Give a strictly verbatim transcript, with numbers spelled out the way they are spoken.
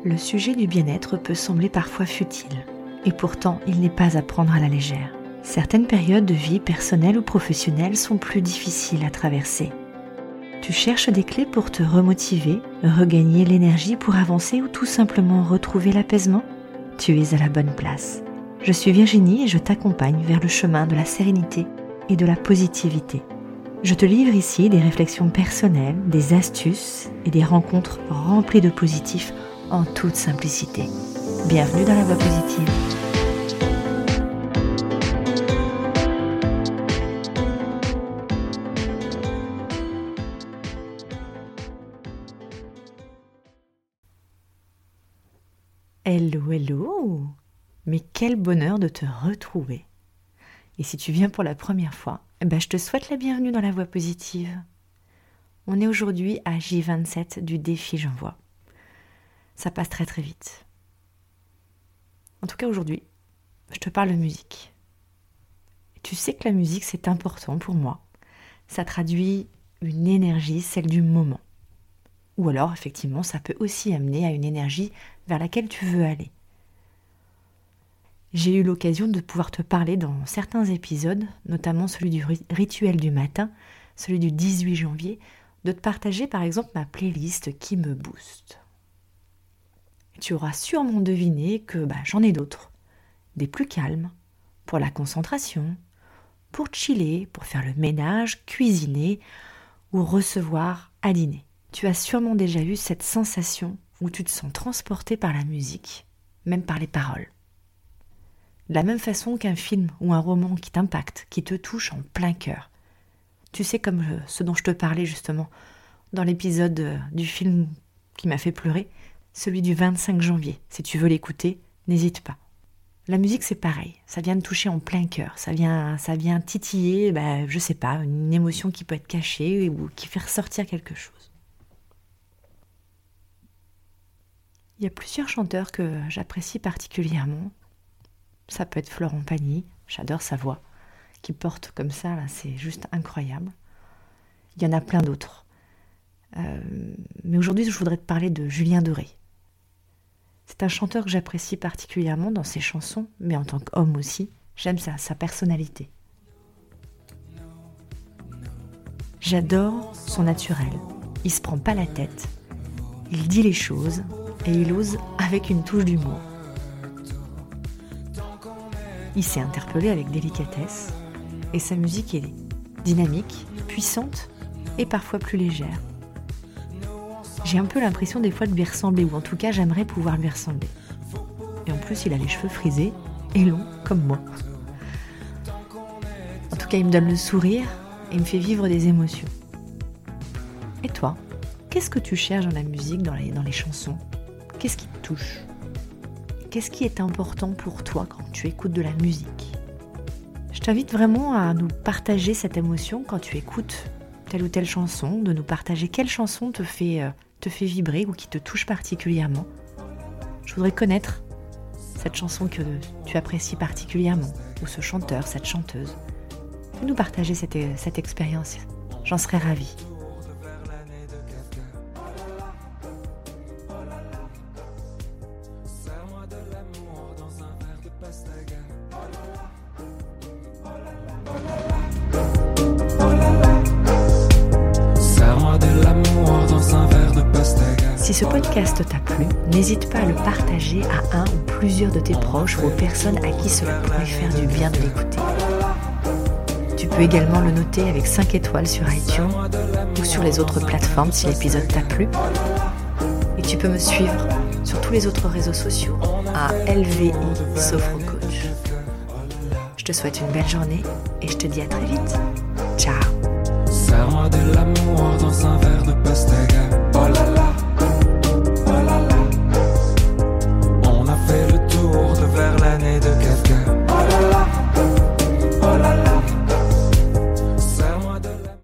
Le sujet du bien-être peut sembler parfois futile, et pourtant il n'est pas à prendre à la légère. Certaines périodes de vie personnelle ou professionnelle sont plus difficiles à traverser. Tu cherches des clés pour te remotiver, regagner l'énergie pour avancer ou tout simplement retrouver l'apaisement ? Tu es à la bonne place. Je suis Virginie et je t'accompagne vers le chemin de la sérénité et de la positivité. Je te livre ici des réflexions personnelles, des astuces et des rencontres remplies de positifs en toute simplicité. Bienvenue dans la voie positive. Hello, hello! Mais quel bonheur de te retrouver! Et si tu viens pour la première fois, eh ben je te souhaite la bienvenue dans la voie positive. On est aujourd'hui à J vingt-sept du défi J'envoie. Ça passe très très vite. En tout cas aujourd'hui, je te parle de musique. Et tu sais que la musique c'est important pour moi. Ça traduit une énergie, celle du moment. Ou alors effectivement ça peut aussi amener à une énergie vers laquelle tu veux aller. J'ai eu l'occasion de pouvoir te parler dans certains épisodes, notamment celui du rituel du matin, celui du dix-huit janvier, de te partager par exemple ma playlist qui me booste. Tu auras sûrement deviné que bah, j'en ai d'autres, des plus calmes, pour la concentration, pour chiller, pour faire le ménage, cuisiner ou recevoir à dîner. Tu as sûrement déjà eu cette sensation où tu te sens transporté par la musique, même par les paroles. De la même façon qu'un film ou un roman qui t'impacte, qui te touche en plein cœur. Tu sais, comme ce dont je te parlais justement dans l'épisode du film qui m'a fait pleurer, celui du vingt-cinq janvier. Si tu veux l'écouter, n'hésite pas. La musique c'est pareil, ça vient te toucher en plein cœur, ça vient, ça vient titiller, ben, je sais pas, une émotion qui peut être cachée ou qui fait ressortir quelque chose. Il y a plusieurs chanteurs que j'apprécie particulièrement. Ça peut être Florent Pagny, j'adore sa voix, qui porte comme ça, là, c'est juste incroyable. Il y en a plein d'autres. Euh, mais aujourd'hui, je voudrais te parler de Julien Doré. C'est un chanteur que j'apprécie particulièrement dans ses chansons, mais en tant qu'homme aussi, j'aime sa, sa personnalité. J'adore son naturel. Il se prend pas la tête, il dit les choses et il ose avec une touche d'humour. Il s'est interpellé avec délicatesse et sa musique est dynamique, puissante et parfois plus légère. J'ai un peu l'impression des fois de lui ressembler, ou en tout cas j'aimerais pouvoir lui ressembler. Et en plus il a les cheveux frisés et longs comme moi. En tout cas il me donne le sourire et me fait vivre des émotions. Et toi, qu'est-ce que tu cherches dans la musique, dans les, dans les chansons ? Qu'est-ce qui te touche ? Qu'est-ce qui est important pour toi quand tu écoutes de la musique ? Je t'invite vraiment à nous partager cette émotion quand tu écoutes telle ou telle chanson, de nous partager quelle chanson te fait, euh, te fait vibrer ou qui te touche particulièrement. Je voudrais connaître cette chanson que tu apprécies particulièrement, ou ce chanteur, cette chanteuse. Fais-nous partager cette, cette expérience, j'en serais ravie. Si ce podcast t'a plu, n'hésite pas à le partager à un ou plusieurs de tes proches ou aux personnes à qui cela pourrait faire du bien de l'écouter. Tu peux également le noter avec cinq étoiles sur iTunes ou sur les autres plateformes si l'épisode t'a plu. Et tu peux me suivre sur tous les autres réseaux sociaux à L V I Sophrocoach. Je te souhaite une belle journée et je te dis à très vite. Ciao. Serre-moi de l'amour dans un verre de pastèque.